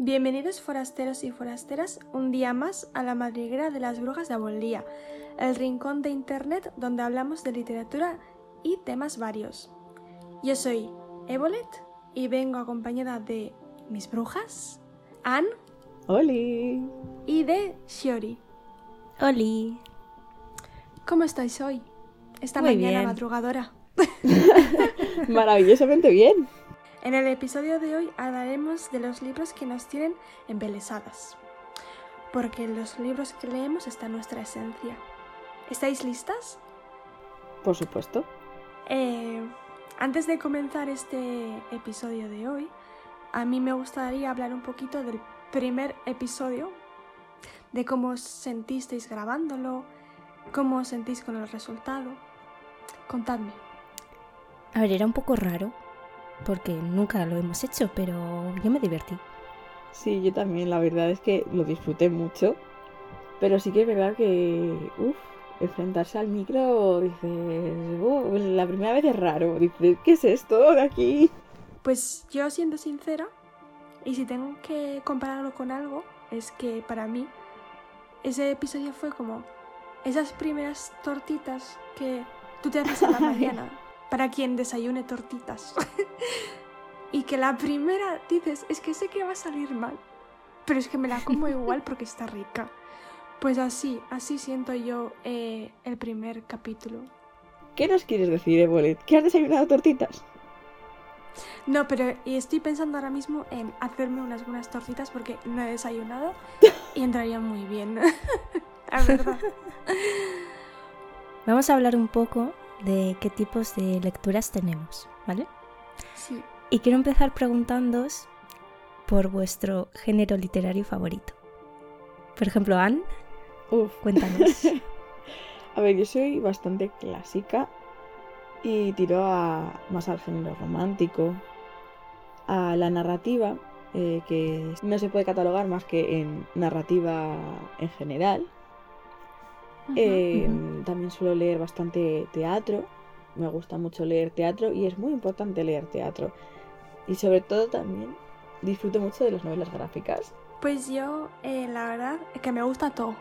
Bienvenidos forasteros y forasteras un día más a la madriguera de las brujas de Abolía, el rincón de internet donde hablamos de literatura y temas varios. Yo soy Ebolet y vengo acompañada de mis brujas, Anne. ¡Oli! Y de Shiori. ¡Oli! ¿Cómo estáis hoy? Esta Muy mañana bien. madrugadora. Maravillosamente bien. En el episodio de hoy hablaremos de los libros que nos tienen embelesadas. Porque en los libros que leemos está nuestra esencia. ¿Estáis listas? Por supuesto. Antes de comenzar este episodio de hoy, a mí me gustaría hablar un poquito del primer episodio, de cómo os sentisteis grabándolo, cómo os sentís con el resultado. Contadme. A ver, era un poco raro, porque nunca lo hemos hecho, pero yo me divertí. Sí, yo también, la verdad es que lo disfruté mucho. Pero sí que es verdad que, enfrentarse al micro, dices, la primera vez es raro. Dices, ¿qué es esto de aquí? Pues yo, siendo sincera, y si tengo que compararlo con algo, es que para mí ese episodio fue como esas primeras tortitas que tú te haces en la mañana para quien desayune tortitas. Y que la primera dices, es que sé que va a salir mal, pero es que me la como igual porque está rica. Pues así siento yo el primer capítulo. ¿Qué nos quieres decir, Ebolet? ¿Que has desayunado tortitas? No, pero estoy pensando ahora mismo en hacerme unas buenas tortitas porque no he desayunado y entraría muy bien. La verdad. Vamos a hablar un poco de qué tipos de lecturas tenemos, ¿vale? Sí. Y quiero empezar preguntándoos por vuestro género literario favorito. Por ejemplo, Anne, cuéntanos. A ver, yo soy bastante clásica y tiro más al género romántico, a la narrativa, que no se puede catalogar más que en narrativa en general. También suelo leer bastante teatro, me gusta mucho leer teatro y es muy importante leer teatro. Y sobre todo también disfruto mucho de las novelas gráficas. Pues yo, la verdad, es que me gusta todo.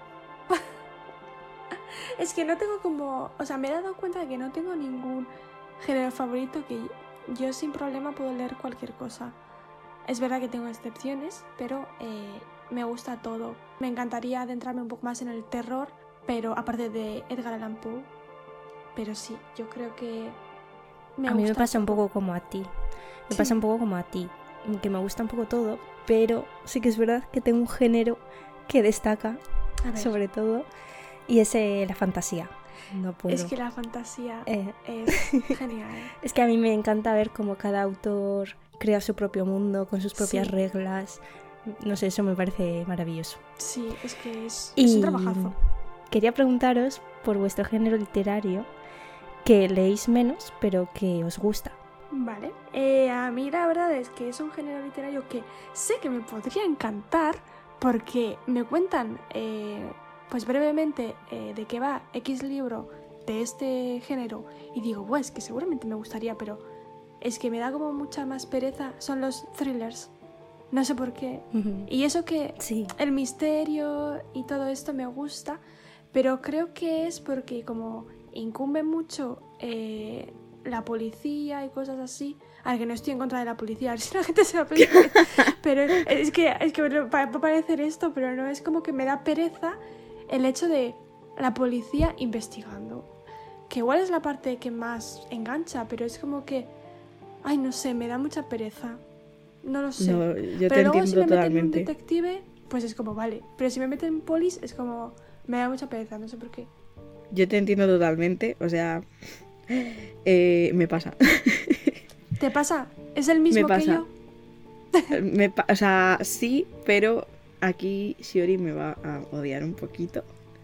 Es que no tengo como... O sea, me he dado cuenta de que no tengo ningún género favorito, que yo sin problema puedo leer cualquier cosa. Es verdad que tengo excepciones, pero me gusta todo. Me encantaría adentrarme un poco más en el terror, pero aparte de Edgar Allan Poe. Pero sí, yo creo que A mí me pasa un poco como a ti. Me pasa un poco como a ti, que me gusta un poco todo, pero sí que es verdad que tengo un género que destaca, sobre todo, y es la fantasía. No puedo. Es que la fantasía es genial. Es que a mí me encanta ver cómo cada autor crea su propio mundo con sus propias reglas. No sé, eso me parece maravilloso. Sí, es que es un trabajazo. Quería preguntaros por vuestro género literario que leéis menos, pero que os gusta. Vale. A mí la verdad es que es un género literario que sé que me podría encantar porque me cuentan, pues brevemente, de qué va X libro de este género y digo, bueno, es que seguramente me gustaría, pero es que me da como mucha más pereza, son los thrillers. No sé por qué. Y eso que el misterio y todo esto me gusta, pero creo que es porque como incumbe mucho la policía y cosas así. A ver, que no estoy en contra de la policía, a ver si la gente se va a pensar. Pero es que va a parecer esto, pero no, es como que me da pereza el hecho de la policía investigando. Que igual es la parte que más engancha, pero es como que, ay, no sé, me da mucha pereza. No lo sé. No, yo pero te luego si me meten totalmente. un detective, pues es como, vale. Pero si me meten en polis, es como, me da mucha pereza, no sé por qué. Yo te entiendo totalmente, o sea, me pasa. ¿Te pasa? ¿Es el mismo que yo? O sea, sí, pero aquí Shiori me va a odiar un poquito.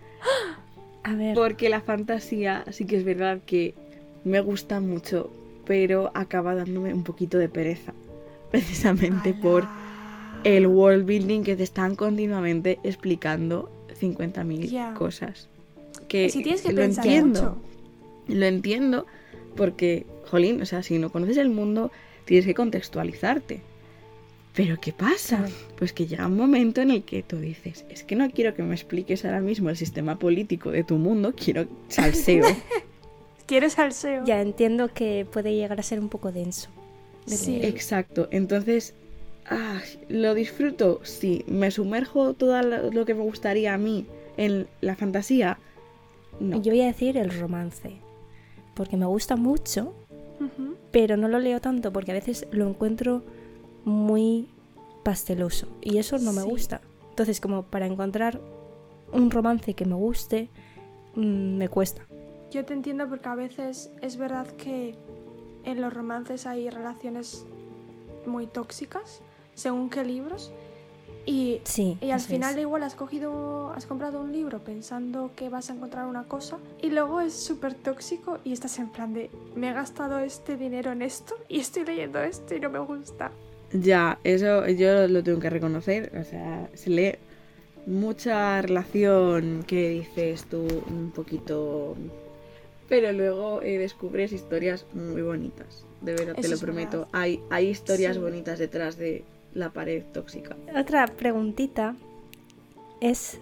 A ver. Porque la fantasía sí que es verdad que me gusta mucho, pero acaba dándome un poquito de pereza. Precisamente por el world building que te están continuamente explicando 50.000 cosas. Que si tienes que lo pensar entiendo. mucho. Lo entiendo porque, jolín, o sea, si no conoces el mundo, tienes que contextualizarte. Pero ¿qué pasa? Claro. Pues que llega un momento en el que tú dices, es que no quiero que me expliques ahora mismo el sistema político de tu mundo, quiero salseo. ¿Quieres salseo? Ya entiendo que puede llegar a ser un poco denso. Sí. Exacto, entonces, ¿lo disfruto? Sí. ¿Me sumerjo todo lo que me gustaría a mí en la fantasía? No. Yo voy a decir el romance, porque me gusta mucho, Ujú. pero no lo leo tanto porque a veces lo encuentro muy pasteloso y eso no me Sí. gusta. Entonces, como para encontrar un romance que me guste, me cuesta. Yo te entiendo porque a veces es verdad que en los romances hay relaciones muy tóxicas, según qué libros, y Sí, al eso final es. igual has comprado un libro pensando que vas a encontrar una cosa y luego es súper tóxico y estás en plan de me he gastado este dinero en esto y estoy leyendo esto y no me gusta. Ya, eso yo lo tengo que reconocer, o sea, se lee mucha relación que dices tú un poquito... Pero luego descubres historias muy bonitas, de verdad, te Eso lo es prometo. verdad. Hay historias Sí. bonitas detrás de la pared tóxica. Otra preguntita es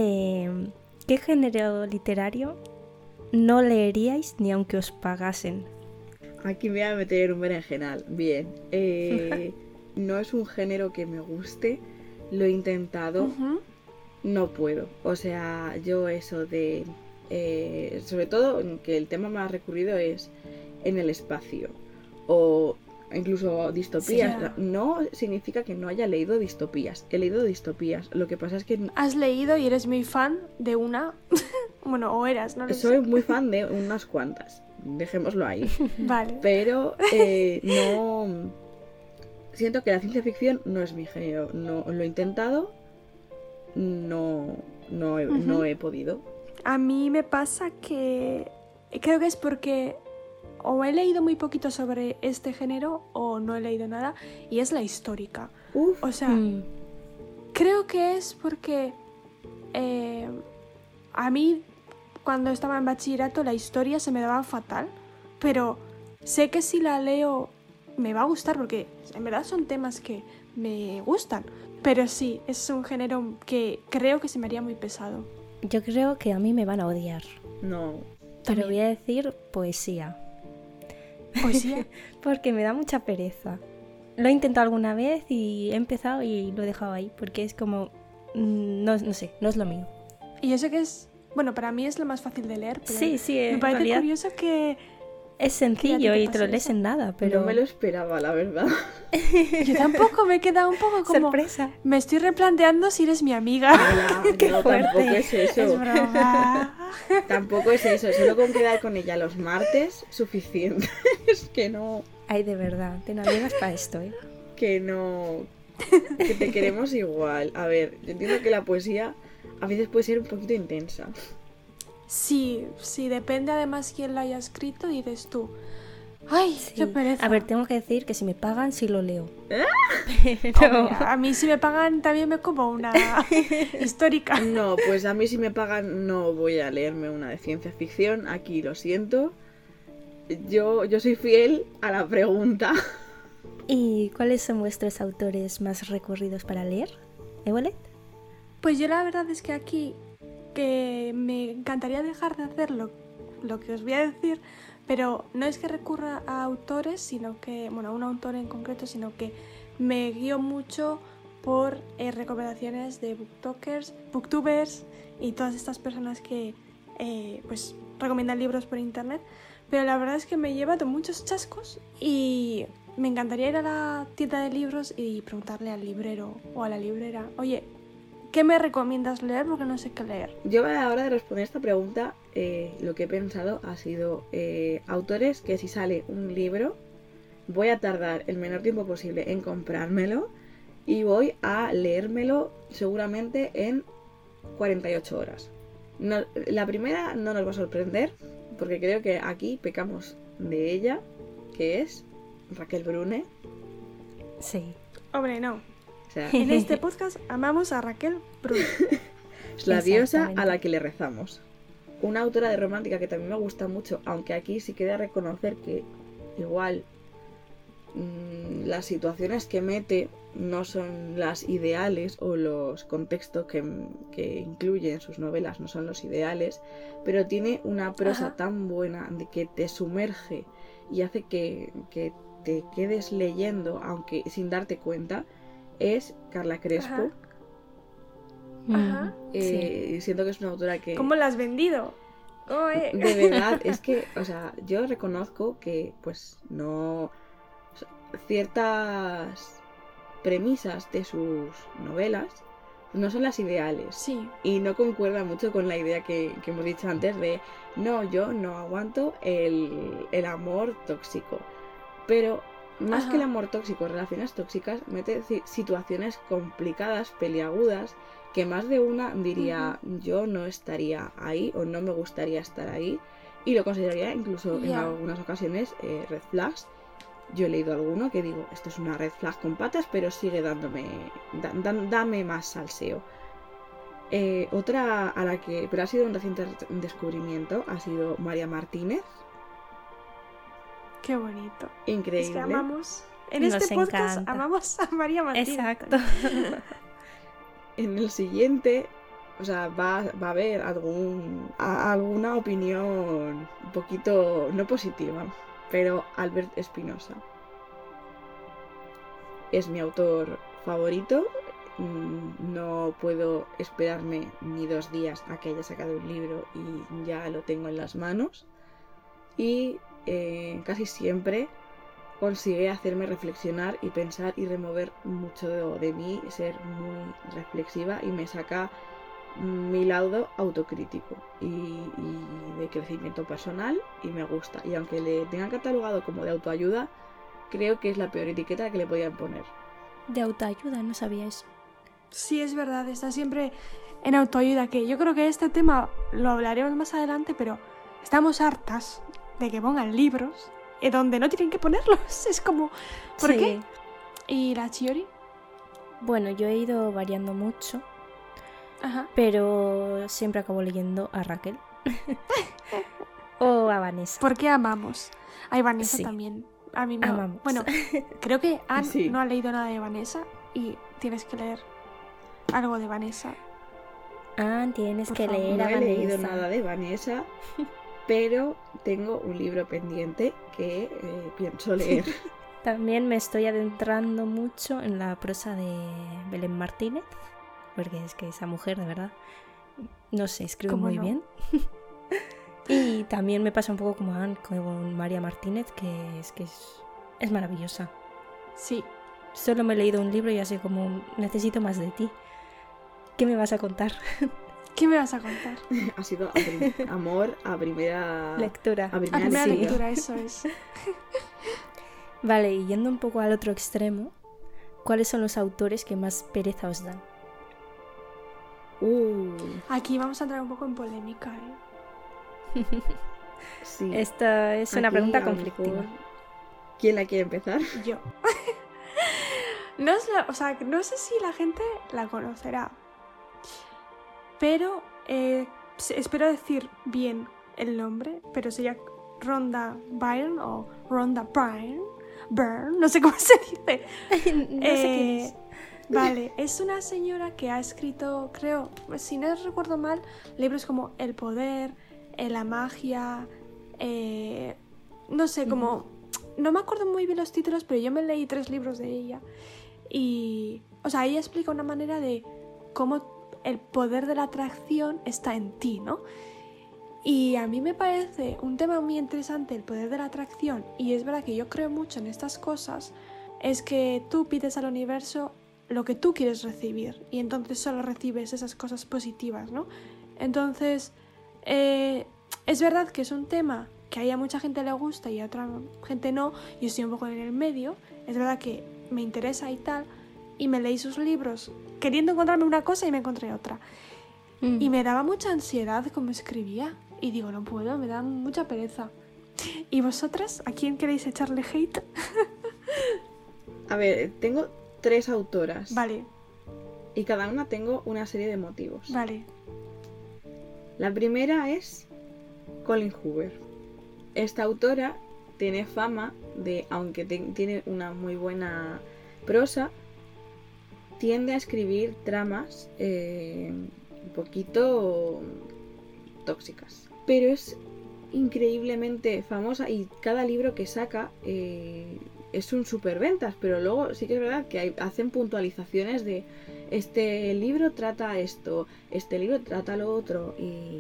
¿qué género literario no leeríais ni aunque os pagasen? Aquí me voy a meter un berenjenal. Bien. No es un género que me guste. Lo he intentado. Ujú. No puedo. O sea, yo eso de... sobre todo que el tema más recurrido es en el espacio. O incluso distopías. Sí, ya. No significa que no haya leído distopías. He leído distopías. Lo que pasa es que Has leído y eres muy fan de una. Bueno, o eras, no lo soy sé. muy fan de unas cuantas. Dejémoslo ahí. Vale. Pero no... Siento que la ciencia ficción no es mi género. No lo he intentado. No he podido. A mí me pasa que creo que es porque o he leído muy poquito sobre este género o no he leído nada y es la histórica. Uf, O sea, Mm, creo que es porque a mí cuando estaba en bachillerato la historia se me daba fatal, pero sé que si la leo me va a gustar porque en verdad son temas que me gustan, pero sí, es un género que creo que se me haría muy pesado. yo creo que a mí me van a odiar, no. pero También. voy a decir poesía, Poesía. porque me da mucha pereza. Lo he intentado alguna vez y he empezado y lo he dejado ahí, porque es como, no sé, no es lo mío. Y eso que es, bueno, para mí es lo más fácil de leer, pero Sí, me en parece realidad curioso que es sencillo te y te lo pase lees eso. en nada, Pero pero no me lo esperaba, la verdad. yo tampoco me he quedado un poco como sorpresa. me estoy replanteando si eres mi amiga. Hola, Qué no, fuerte. tampoco es eso. Es broma. Tampoco es eso. Solo con quedar con ella los martes, suficiente. Es que no. Ay, de verdad, ten amigas para esto, ¿eh? Que no. Que te queremos igual. A ver, yo entiendo que la poesía a veces puede ser un poquito intensa. Sí, depende además quién la haya escrito, dices tú. Ay, Sí. qué pereza. A ver, tengo que decir que si me pagan, sí lo leo. Hombre, a mí si me pagan también me como una histórica. No, pues a mí si me pagan no voy a leerme una de ciencia ficción. Aquí lo siento. Yo soy fiel a la pregunta. ¿Y cuáles son vuestros autores más recurridos para leer? ¿Ewolet? Pues yo la verdad es que aquí que me encantaría dejar de hacer lo que os voy a decir, pero no es que recurra a autores, sino que, bueno, a un autor en concreto, sino que me guío mucho por recomendaciones de booktubers y todas estas personas que pues recomiendan libros por internet, pero la verdad es que me he llevado muchos chascos y me encantaría ir a la tienda de libros y preguntarle al librero o a la librera, oye, ¿qué me recomiendas leer? Porque no sé qué leer. Yo a la hora de responder esta pregunta, lo que he pensado ha sido autores que si sale un libro, voy a tardar el menor tiempo posible en comprármelo y voy a leérmelo seguramente en 48 horas. No, la primera no nos va a sorprender, porque creo que aquí pecamos de ella, que es Raquel Brune. Sí. Hombre, no. O sea, En este podcast amamos a Raquel Brune. es la diosa a Exactamente. la que le rezamos. Una autora de romántica que también me gusta mucho, aunque aquí sí queda reconocer que igual las situaciones que mete no son las ideales, o los contextos que incluye en sus novelas no son los ideales, pero tiene una prosa tan buena de que te sumerge y hace que te quedes leyendo, aunque sin darte cuenta. Es Carla Crespo. Sí. Siento que es una autora que... ¿Cómo la has vendido? De verdad, es que, o sea, yo reconozco que, pues, no... ciertas premisas de sus novelas no son las ideales. Sí. Y no concuerda mucho con la idea que hemos dicho antes de no, yo no aguanto el amor tóxico. Pero más que el amor tóxico, relaciones tóxicas, mete situaciones complicadas, peliagudas, que más de una diría yo no estaría ahí o no me gustaría estar ahí, y lo consideraría incluso en algunas ocasiones red flags. Yo he leído alguno que digo, esto es una red flag con patas, pero sigue dándome, dame más salseo. Otra a la que, pero ha sido un reciente descubrimiento, ha sido María Martínez. Qué bonito. Increíble. Es que amamos, en este podcast encanta. Amamos a María Martínez. Exacto. En el siguiente, o sea, va a haber alguna opinión un poquito no positiva, pero Albert Espinosa es mi autor favorito. No puedo esperarme ni 2 días a que haya sacado un libro y ya lo tengo en las manos. Y casi siempre consigue hacerme reflexionar y pensar y remover mucho de mí, ser muy reflexiva, y me saca mi lado autocrítico y de crecimiento personal, y me gusta. Y aunque le tengan catalogado como de autoayuda, creo que es la peor etiqueta que le podían poner. De autoayuda, no sabía eso. Sí, es verdad, está siempre en autoayuda, que yo creo que este tema lo hablaremos más adelante, pero estamos hartas de que pongan libros donde no tienen que ponerlos. Es como, ¿por qué? ¿Y la Chiori? Bueno, yo he ido variando mucho, pero siempre acabo leyendo a Raquel o a Vanessa. Porque amamos. Hay Vanessa también. A mí me amamos. Bueno, creo que Anne no ha leído nada de Vanessa y tienes que leer algo de Vanessa. Tienes que favor. leer No a he Vanessa. leído nada de Vanessa, pero tengo un libro pendiente que pienso leer. También me estoy adentrando mucho en la prosa de Belén Martínez, porque es que esa mujer, de verdad, no sé, escribe muy bien. Y también me pasa un poco como Anne con María Martínez, que es maravillosa. Sí. Solo me he leído un libro y así como necesito más de ti. ¿Qué me vas a contar? ¿Qué me vas a contar? Ha sido amor a primera lectura. A primera lectura, eso es. Vale, y yendo un poco al otro extremo, ¿cuáles son los autores que más pereza os dan? Aquí vamos a entrar un poco en polémica, Sí. Esta es una pregunta conflictiva. ¿Quién la quiere empezar? Yo. No sé si la gente la conocerá, pero espero decir bien el nombre, pero sería Rhonda Byrne o Rhonda Byrne, no sé cómo se dice. No sé quién es. Vale, es una señora que ha escrito, creo, si no recuerdo mal, libros como El poder, la magia, no sé, como... No me acuerdo muy bien los títulos, pero yo me leí 3 libros de ella. Y, o sea, ella explica una manera de cómo el poder de la atracción está en ti, ¿no? Y a mí me parece un tema muy interesante el poder de la atracción, y es verdad que yo creo mucho en estas cosas, es que tú pides al universo lo que tú quieres recibir, y entonces solo recibes esas cosas positivas, ¿no? Entonces, es verdad que es un tema que a mucha gente le gusta y a otra gente no. Yo estoy un poco en el medio. Es verdad que me interesa y tal, y me leí sus libros queriendo encontrarme una cosa y me encontré otra. Y me daba mucha ansiedad como escribía, y digo, no puedo, me da mucha pereza. ¿Y vosotras? ¿A quién queréis echarle hate? A ver, tengo 3 autoras. Vale. Y cada una tengo una serie de motivos. Vale. La primera es Colleen Hoover. Esta autora tiene fama de, aunque tiene una muy buena prosa, tiende a escribir tramas un poquito tóxicas. Pero es increíblemente famosa y cada libro que saca es un superventas, pero luego sí que es verdad que hacen puntualizaciones de este libro trata esto, este libro trata lo otro, y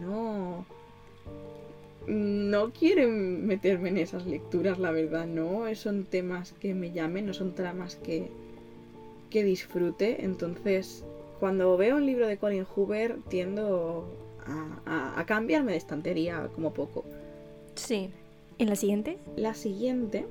no quieren meterme en esas lecturas, la verdad. No son temas que me llamen, no son tramas que disfrute. Entonces, cuando veo un libro de Colin Hoover, tiendo a cambiarme de estantería como poco. Sí. ¿Y la siguiente? La siguiente,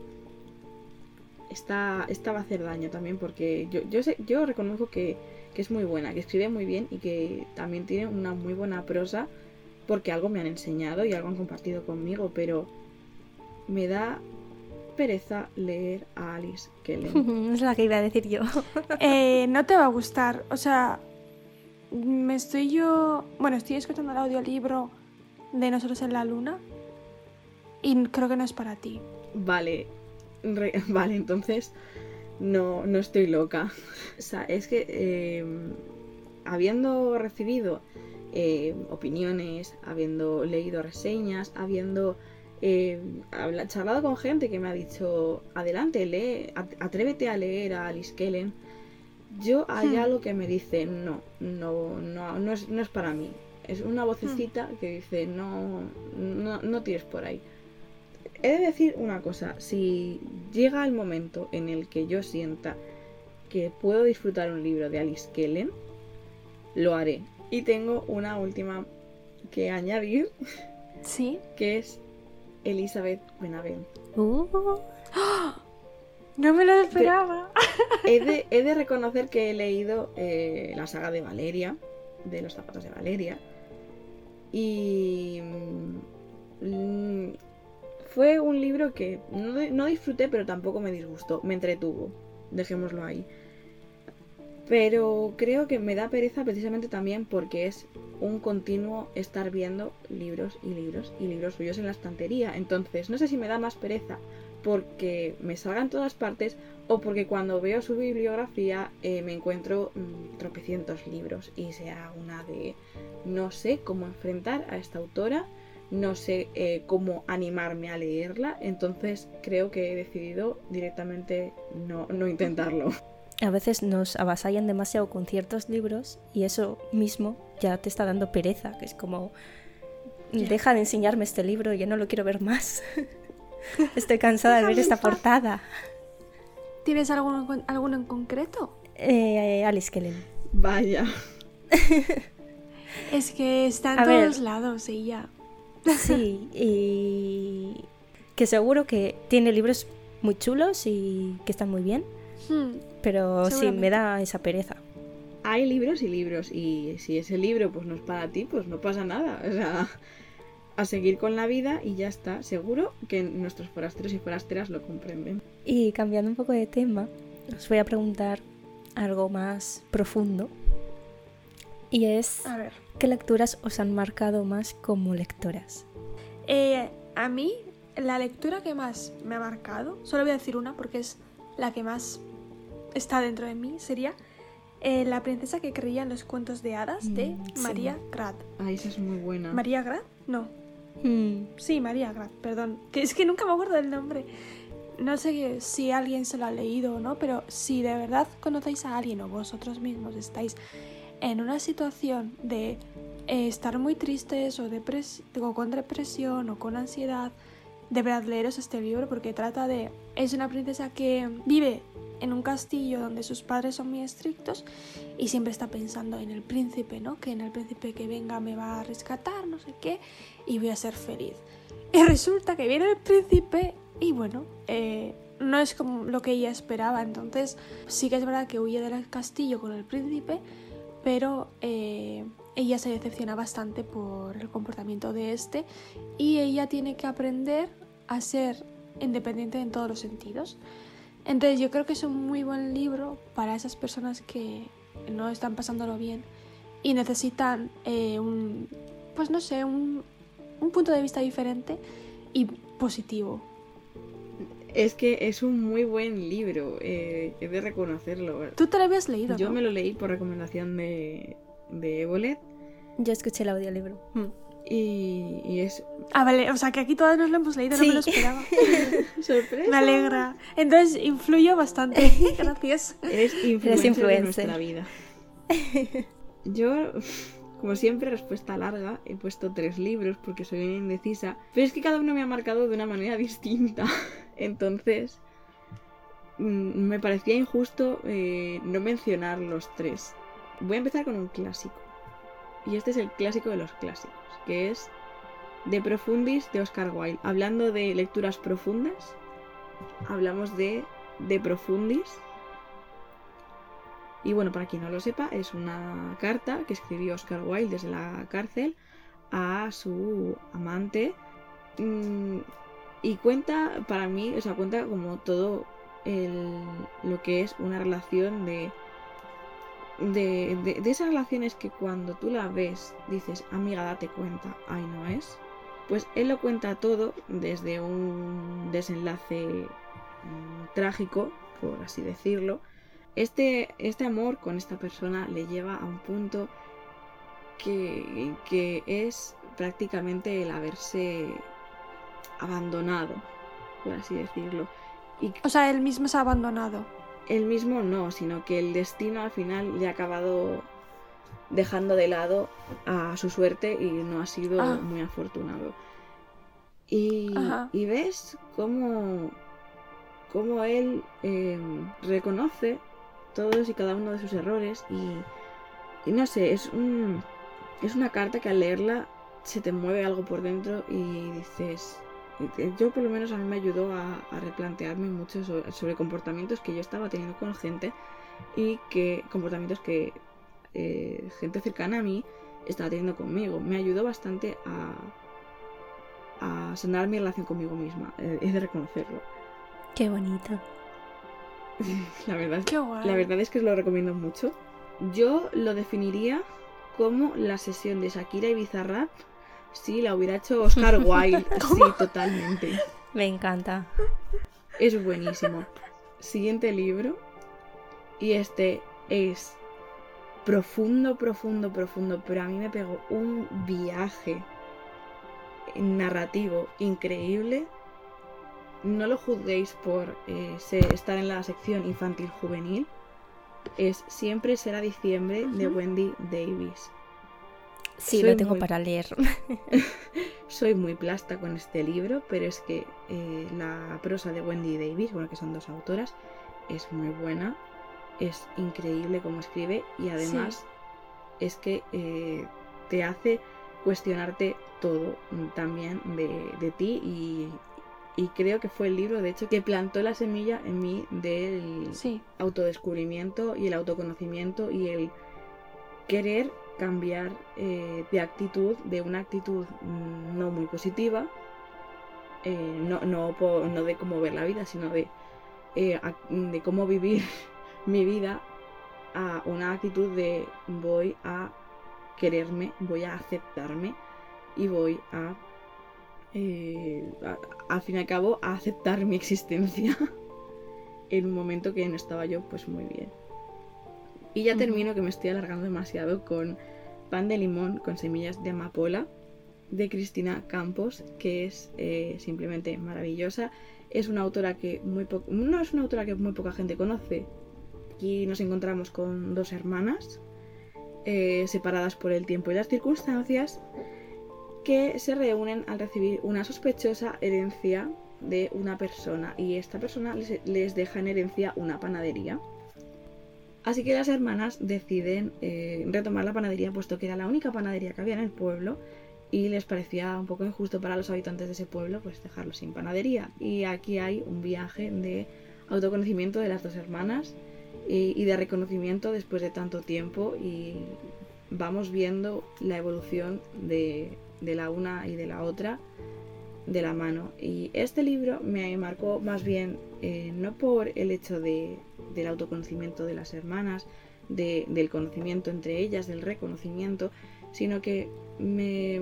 esta va a hacer daño también, porque yo reconozco que es muy buena, que escribe muy bien y que también tiene una muy buena prosa, porque algo me han enseñado y algo han compartido conmigo, pero me da pereza leer a Alice Kellen. Es la que iba a decir yo. No te va a gustar, o sea, estoy escuchando el audiolibro de Nosotros en la Luna y creo que no es para ti. Vale, entonces no estoy loca. O sea, es que habiendo recibido opiniones, habiendo leído reseñas, habiendo charlado con gente que me ha dicho adelante, atrévete a leer a Alice Kellen, yo hay algo que me dice no es para mí. Es una vocecita que dice no tires por ahí. He de decir una cosa, si llega el momento en el que yo sienta que puedo disfrutar un libro de Alice Kellen, lo haré. Y tengo una última que añadir, ¿sí? Que es Elizabeth Benavent. ¡Oh! No me lo esperaba. He de reconocer que he leído la saga de Valeria, de los zapatos de Valeria, y fue un libro que no disfruté, pero tampoco me disgustó, me entretuvo, dejémoslo ahí. Pero creo que me da pereza precisamente también porque es un continuo estar viendo libros y libros y libros suyos en la estantería. Entonces no sé si me da más pereza porque me salga en todas partes o porque cuando veo su bibliografía me encuentro tropecientos libros y sea una de no sé cómo enfrentar a esta autora, no sé cómo animarme a leerla. Entonces creo que he decidido directamente no intentarlo. A veces nos avasallan demasiado con ciertos libros y eso mismo ya te está dando pereza, que es como, deja de enseñarme este libro, yo no lo quiero ver más. Estoy cansada de ver esta portada. ¿Tienes alguno en concreto? Alice Kellen. Vaya. Es que está en todos lados ella. Sí, y que seguro que tiene libros muy chulos y que están muy bien. Pero sí, me da esa pereza. Hay libros y libros, y si ese libro pues no es para ti, pues no pasa nada. O sea, a seguir con la vida y ya está. Seguro que nuestros forasteros y forasteras lo comprenden. Y cambiando un poco de tema, os voy a preguntar algo más profundo. Y es, a ver, ¿qué lecturas os han marcado más como lectoras? A mí, la lectura que más me ha marcado, solo voy a decir una porque es la que más está dentro de mí, sería La princesa que creía en los cuentos de hadas de Maria Grad. Ah, esa es muy buena. ¿Maria Grad? No. Sí, Maria Grad, perdón. Que es que nunca me acuerdo del nombre. No sé si alguien se lo ha leído o no, pero si de verdad conocéis a alguien o vosotros mismos estáis en una situación de estar muy tristes o con depresión o con ansiedad, de verdad leeros este libro porque trata de... Es una princesa que vive en un castillo donde sus padres son muy estrictos y siempre está pensando en el príncipe, ¿no? Que en el príncipe que venga me va a rescatar, no sé qué, y voy a ser feliz. Y resulta que viene el príncipe y bueno, no es como lo que ella esperaba. Entonces sí que es verdad que huye del castillo con el príncipe, pero ella se decepciona bastante por el comportamiento de este y ella tiene que aprender a ser independiente en todos los sentidos. Entonces yo creo que es un muy buen libro para esas personas que no están pasándolo bien y necesitan un punto de vista diferente y positivo. Es que es un muy buen libro, he de reconocerlo. ¿Tú te lo habías leído? Yo ¿no? me lo leí por recomendación de Evolet. Yo escuché el audiolibro. Y es... Ah, vale, o sea que aquí todas nos lo hemos leído, Sí. no me lo esperaba. ¡Sorpresa! Me alegra. Entonces influyo bastante. Gracias. Eres influencer de influencer. nuestra vida. Yo, como siempre, respuesta larga. He puesto 3 libros porque soy una indecisa. Pero es que cada uno me ha marcado de una manera distinta. Entonces, me parecía injusto no mencionar los 3. Voy a empezar con un clásico. Y este es el clásico de los clásicos, que es De Profundis de Oscar Wilde. Hablando de lecturas profundas, hablamos de Profundis. Y bueno, para quien no lo sepa, es una carta que escribió Oscar Wilde desde la cárcel a su amante. Y cuenta, para mí, o sea, cuenta como todo lo que es una relación de esas relaciones que cuando tú la ves dices, amiga, date cuenta, ahí no es. Pues él lo cuenta todo desde un desenlace trágico, por así decirlo. Este amor con esta persona le lleva a un punto que es prácticamente el haberse abandonado, por así decirlo. O sea, él mismo se ha abandonado. Él mismo no, sino que el destino al final le ha acabado dejando de lado a su suerte y no ha sido muy afortunado. Y ves cómo él reconoce todos y cada uno de sus errores y no sé, es una carta que al leerla se te mueve algo por dentro y dices... Yo por lo menos a mí me ayudó a replantearme mucho sobre comportamientos que yo estaba teniendo con gente y comportamientos que gente cercana a mí estaba teniendo conmigo. Me ayudó bastante a sanar mi relación conmigo misma, he de reconocerlo. Qué bonito. La verdad, Qué guay. La verdad es que os lo recomiendo mucho. Yo lo definiría como la sesión de Shakira y Bizarrap si la hubiera hecho Oscar Wilde. Sí, totalmente. Me encanta. Es buenísimo. Siguiente libro. Y este es profundo, pero a mí me pegó un viaje narrativo increíble. No lo juzguéis por estar en la sección infantil juvenil. Es Siempre será diciembre de Wendy Davis. Sí, lo tengo para leer. Soy muy plasta con este libro, pero es que la prosa de Wendy Davis, bueno, que son 2 autoras, es muy buena, es increíble cómo escribe y además es que te hace cuestionarte todo también de ti y creo que fue el libro, de hecho, que plantó la semilla en mí del autodescubrimiento y el autoconocimiento y el querer cambiar de actitud, de una actitud no muy positiva, no de cómo ver la vida, sino de cómo vivir mi vida, a una actitud de voy a quererme, voy a aceptarme y voy al fin y al cabo a aceptar mi existencia en un momento que no estaba yo pues muy bien. Y ya termino, que me estoy alargando demasiado, con Pan de limón con semillas de amapola de Cristina Campos, que es simplemente maravillosa. Es una autora que no es una autora que muy poca gente conoce. Aquí nos encontramos con 2 hermanas separadas por el tiempo y las circunstancias, que se reúnen al recibir una sospechosa herencia de una persona, y esta persona les deja en herencia una panadería. Así que las hermanas deciden retomar la panadería, puesto que era la única panadería que había en el pueblo y les parecía un poco injusto para los habitantes de ese pueblo pues dejarlo sin panadería. Y aquí hay un viaje de autoconocimiento de las 2 hermanas y de reconocimiento después de tanto tiempo, y vamos viendo la evolución de la una y de la otra de la mano. Y este libro me marcó más bien no por el hecho del autoconocimiento de las hermanas, del conocimiento entre ellas, del reconocimiento, sino que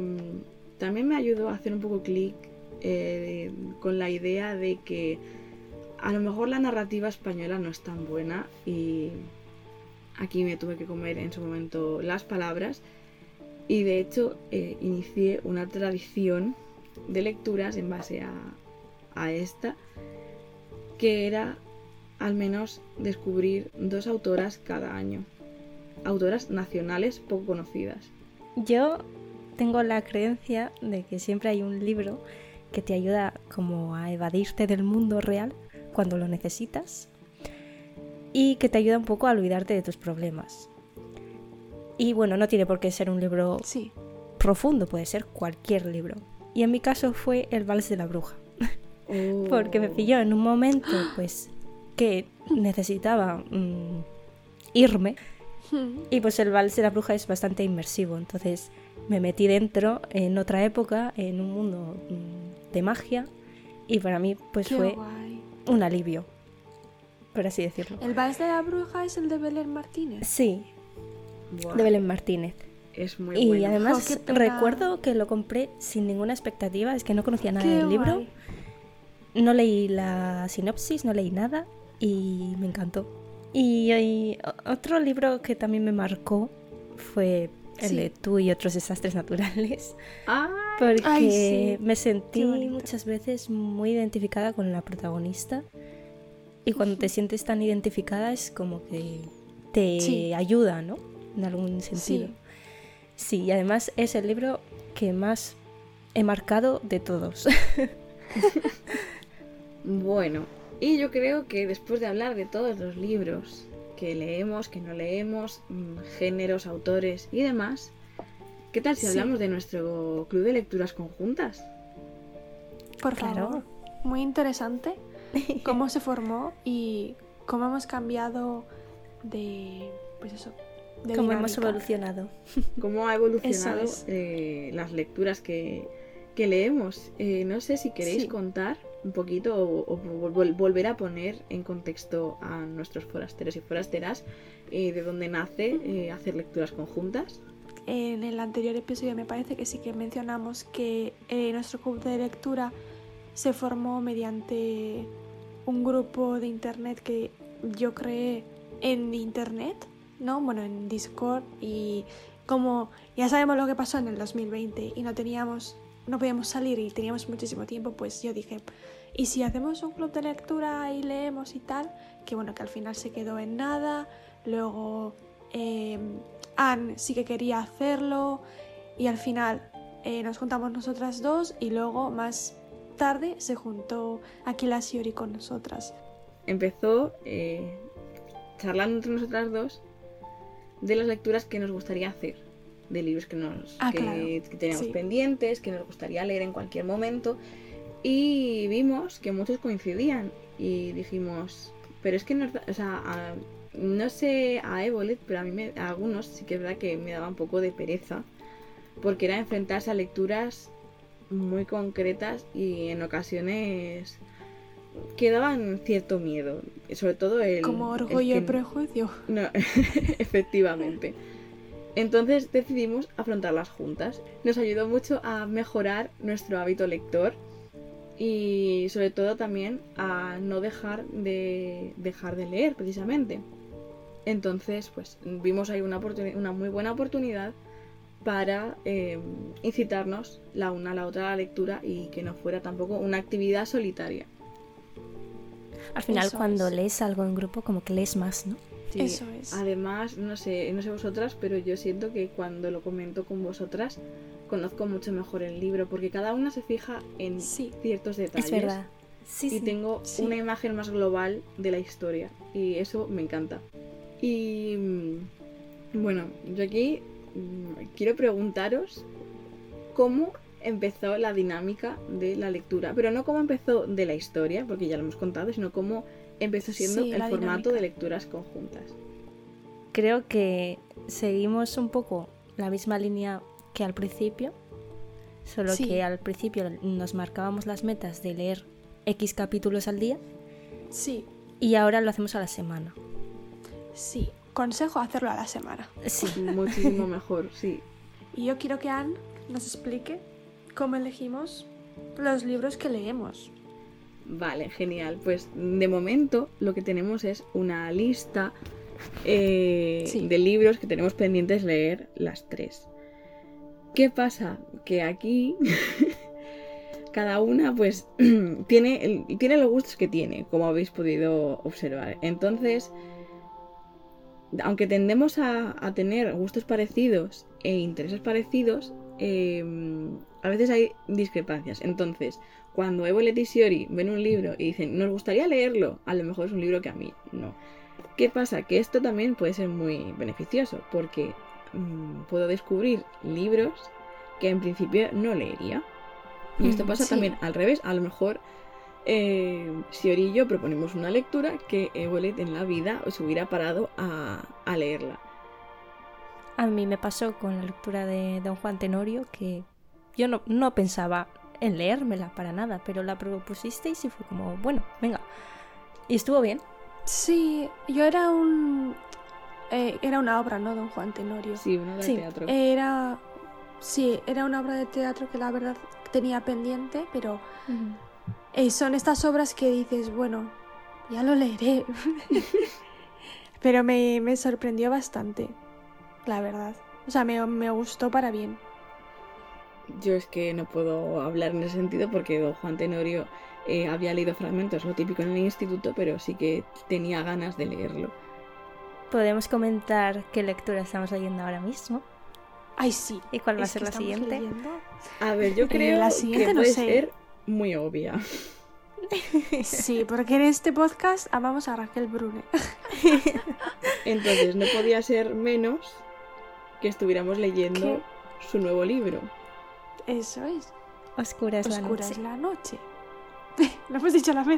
también me ayudó a hacer un poco clic con la idea de que a lo mejor la narrativa española no es tan buena y aquí me tuve que comer en su momento las palabras y de hecho inicié una tradición de lecturas en base a esta, que era al menos descubrir 2 autoras cada año, autoras nacionales poco conocidas. Yo tengo la creencia de que siempre hay un libro que te ayuda como a evadirte del mundo real cuando lo necesitas y que te ayuda un poco a olvidarte de tus problemas. Y bueno, no tiene por qué ser un libro profundo, puede ser cualquier libro. Y en mi caso fue El Vals de la Bruja. Porque me pilló en un momento pues que necesitaba irme. Y pues El Vals de la Bruja es bastante inmersivo, entonces me metí dentro en otra época, en un mundo de magia, y para mí pues Qué fue guay. un alivio, por así decirlo. ¿El Vals de la Bruja es el de Belén Martínez? Sí, Buah, de Belén Martínez. es muy Y bueno. además qué pena. recuerdo que lo compré sin ninguna expectativa, es que no conocía nada Qué del libro, guay. no leí la sinopsis, no leí nada y me encantó. Y otro libro que también me marcó fue el de Tú y otros desastres naturales, porque Ay, sí. me Qué sentí bonito. muchas veces muy identificada con la protagonista, y cuando te sientes tan identificada es como que te ayuda, ¿no? En algún sentido. Sí, y además es el libro que más he marcado de todos. Bueno, y yo creo que después de hablar de todos los libros que leemos, que no leemos, géneros, autores y demás, ¿qué tal si hablamos de nuestro club de lecturas conjuntas? Por Claro. favor. Muy interesante cómo se formó y cómo hemos cambiado de... pues eso, de Cómo hemos dinámica. evolucionado. ¿Cómo ha evolucionado Eso las lecturas que leemos? No sé si queréis Sí. contar un poquito o volver a poner en contexto a nuestros forasteros y forasteras de dónde nace hacer lecturas conjuntas. En el anterior episodio me parece que sí que mencionamos que nuestro club de lectura se formó mediante un grupo de internet que yo creé en internet, ¿no? Bueno, en Discord, y como ya sabemos lo que pasó en el 2020 y no podíamos salir y teníamos muchísimo tiempo, pues yo dije, ¿y si hacemos un club de lectura y leemos y tal? Que bueno, que al final se quedó en nada. Luego Anne sí que quería hacerlo y al final nos juntamos nosotras dos y luego más tarde se juntó Aquila Shiori con nosotras. Empezó charlando entre nosotras dos de las lecturas que nos gustaría hacer, de libros que teníamos pendientes, que nos gustaría leer en cualquier momento, y vimos que muchos coincidían y dijimos, pero es que no sé a Evolet, pero a algunos sí que es verdad que me daba un poco de pereza, porque era enfrentarse a lecturas muy concretas y en ocasiones que daban cierto miedo, sobre todo como Orgullo y Prejuicio. No, efectivamente. Entonces decidimos afrontarlas juntas. Nos ayudó mucho a mejorar nuestro hábito lector y sobre todo también a no dejar de leer precisamente. Entonces pues vimos ahí una muy buena oportunidad para incitarnos la una a la otra a la lectura y que no fuera tampoco una actividad solitaria. Al final, Eso cuando es. lees algo en grupo, como que lees más, ¿no? Sí, Eso es. Además, no sé vosotras, pero yo siento que cuando lo comento con vosotras conozco mucho mejor el libro, porque cada una se fija en ciertos detalles. Es verdad. Sí, y tengo una imagen más global de la historia y eso me encanta. Y bueno, yo aquí quiero preguntaros cómo empezó la dinámica de la lectura, pero no cómo empezó de la historia, porque ya lo hemos contado, sino cómo empezó siendo el formato dinámica de lecturas conjuntas. Creo que seguimos un poco la misma línea que al principio, solo que al principio nos marcábamos las metas de leer X capítulos al día. Sí. Y ahora lo hacemos a la semana. Sí. Consejo hacerlo a la semana. Sí. Muchísimo mejor, sí. Y yo quiero que Anne nos explique cómo elegimos los libros que leemos. Vale, genial. Pues de momento lo que tenemos es una lista de libros que tenemos pendientes leer las 3. ¿Qué pasa? Que aquí cada una pues tiene los gustos que tiene, como habéis podido observar. Entonces, aunque tendemos a tener gustos parecidos e intereses parecidos, a veces hay discrepancias. Entonces, cuando Evo y Letiziori ven un libro y dicen, nos gustaría leerlo, a lo mejor es un libro que a mí no. ¿Qué pasa? Que esto también puede ser muy beneficioso, porque puedo descubrir libros que en principio no leería. Y esto pasa también al revés. A lo mejor Siori y yo proponemos una lectura que Evolet en la vida os hubiera parado a leerla. A mí me pasó con la lectura de Don Juan Tenorio, que yo no pensaba en leérmela para nada, pero la propusisteis y fue como, bueno, venga. Y estuvo bien. Sí, yo era una obra, ¿no? Don Juan Tenorio. Sí, una obra de teatro. Era una obra de teatro que la verdad tenía pendiente, pero son estas obras que dices, bueno, ya lo leeré. Pero me sorprendió bastante, la verdad. O sea, me gustó para bien. Yo es que no puedo hablar en ese sentido porque Don Juan Tenorio había leído fragmentos, lo típico en el instituto, pero sí que tenía ganas de leerlo. Podemos comentar qué lectura estamos leyendo ahora mismo. Ay, sí. ¿Y cuál va a ser la siguiente? Leyendo. A ver, yo creo la siguiente que no puede sé. ser muy obvia. Sí, porque en este podcast amamos a Raquel Brune. Entonces no podía ser menos que leyendo su nuevo libro. Eso es. Oscura es la noche. Lo hemos dicho a la vez.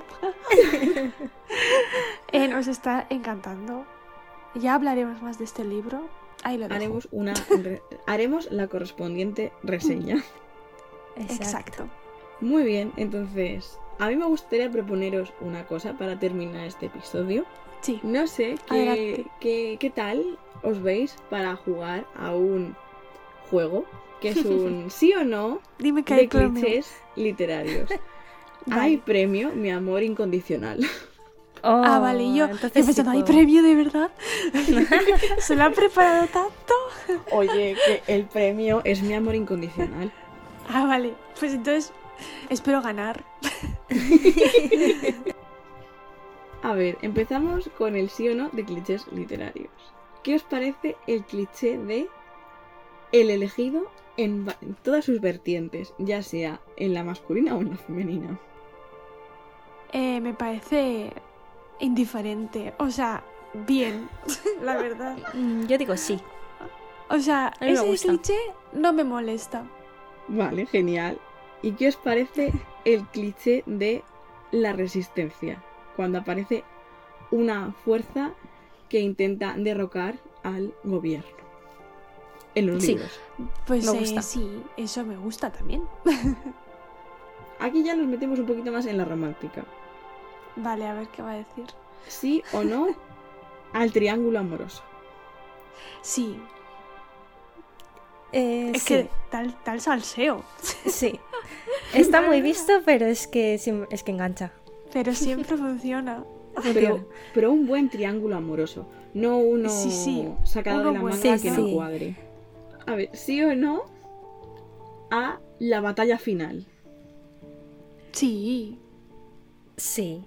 Nos está encantando. Ya hablaremos más de este libro. Ahí lo dejo. Haremos la correspondiente reseña. Exacto. Muy bien, entonces a mí me gustaría proponeros una cosa para terminar este episodio. Sí. No sé qué tal os veis para jugar a un juego que es un sí o no Dime que de clichés literarios. Vale. Hay premio, mi amor incondicional. Oh, vale, yo pensando, ¿hay premio de verdad? ¿Se lo han preparado tanto? Oye, que el premio es mi amor incondicional. Vale, pues entonces espero ganar. A ver, empezamos con el sí o no de clichés literarios. ¿Qué os parece el cliché de el elegido en todas sus vertientes, ya sea en la masculina o en la femenina? Me parece indiferente, o sea, bien, la verdad. Yo digo sí. O sea, A mí me ese gusta. cliché no me molesta. Vale, genial. ¿Y qué os parece el cliché de la resistencia? Cuando aparece una fuerza que intenta derrocar al gobierno. En los libros. Pues Me gusta. sí, eso me gusta también. Aquí ya nos metemos un poquito más en la romántica. Vale, a ver qué va a decir. ¿Sí o no al triángulo amoroso? Sí, Es es que tal salseo. Sí. Está muy visto, pero es que engancha. Pero siempre funciona. Pero un buen triángulo amoroso. No uno Sí, sacado uno de la bueno. manga Sí, que sí. no cuadre. A ver, ¿sí o no a la batalla final? Sí. Sí.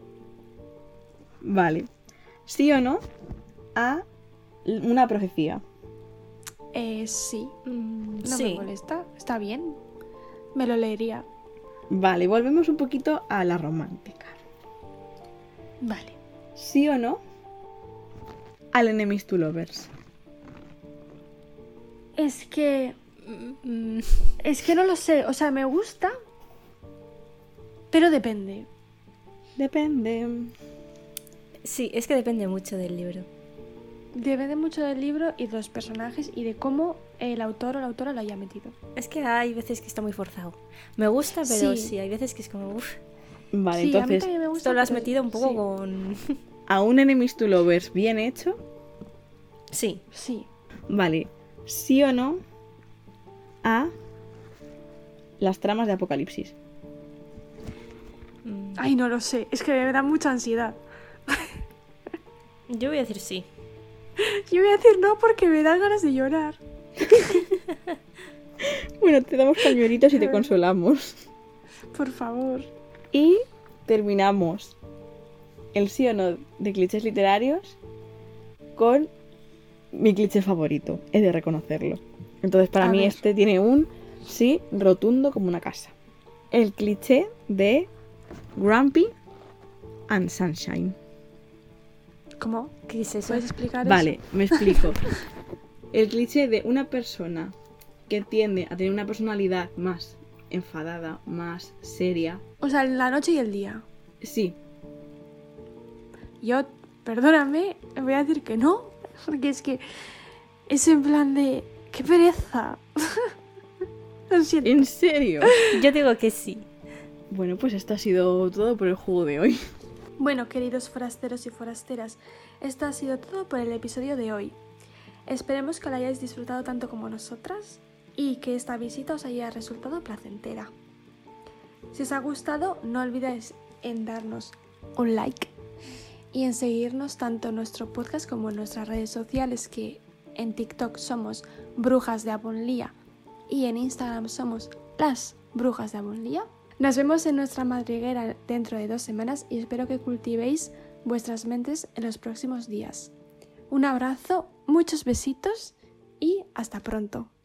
Vale. ¿Sí o no a una profecía? Sí. No sí. me molesta. Está bien. Me lo leería. Vale, volvemos un poquito a la romántica. Vale. ¿Sí o no al Enemies to Lovers? Es que no lo sé. O sea, me gusta, pero depende. Depende. Sí, es que depende mucho del libro. Depende mucho del libro y de los personajes y de cómo el autor o la autora lo haya metido. Es que hay veces que está muy forzado. Me gusta, pero Sí. sí, hay veces que es como, uff, Vale, Sí, a mí entonces, también me gusta. esto lo has pero metido un poco sí. con... a un Enemies to Lovers bien hecho. Sí. Sí. Vale, ¿sí o no a las tramas de Apocalipsis? Ay, no lo sé, es que me da mucha ansiedad. Yo voy a decir sí. Yo voy a decir no porque me dan ganas de llorar. Bueno, te damos pañuelitos y te consolamos. Por favor. Y terminamos el sí o no de clichés literarios con mi cliché favorito. He de reconocerlo. Entonces, para mí este tiene un sí rotundo como una casa. El cliché de Grumpy and Sunshine. ¿Cómo? ¿Qué es eso? ¿Puedes explicar Vale, eso? me explico. El cliché de una persona que tiende a tener una personalidad más enfadada, más seria. O sea, la noche y el día. Sí, Yo, perdóname, voy a decir que no, porque es que es en plan de... ¡Qué pereza! Lo siento. ¿en serio? Yo digo que sí. Bueno, pues esto ha sido todo por el juego de hoy. Bueno, queridos forasteros y forasteras, esto ha sido todo por el episodio de hoy. Esperemos que lo hayáis disfrutado tanto como nosotras y que esta visita os haya resultado placentera. Si os ha gustado, no olvidéis en darnos un like y en seguirnos tanto en nuestro podcast como en nuestras redes sociales, que en TikTok somos Brujas de Avonlea y en Instagram somos Las Brujas de Avonlea. Nos vemos en nuestra madriguera dentro de 2 semanas y espero que cultivéis vuestras mentes en los próximos días. Un abrazo, muchos besitos y hasta pronto.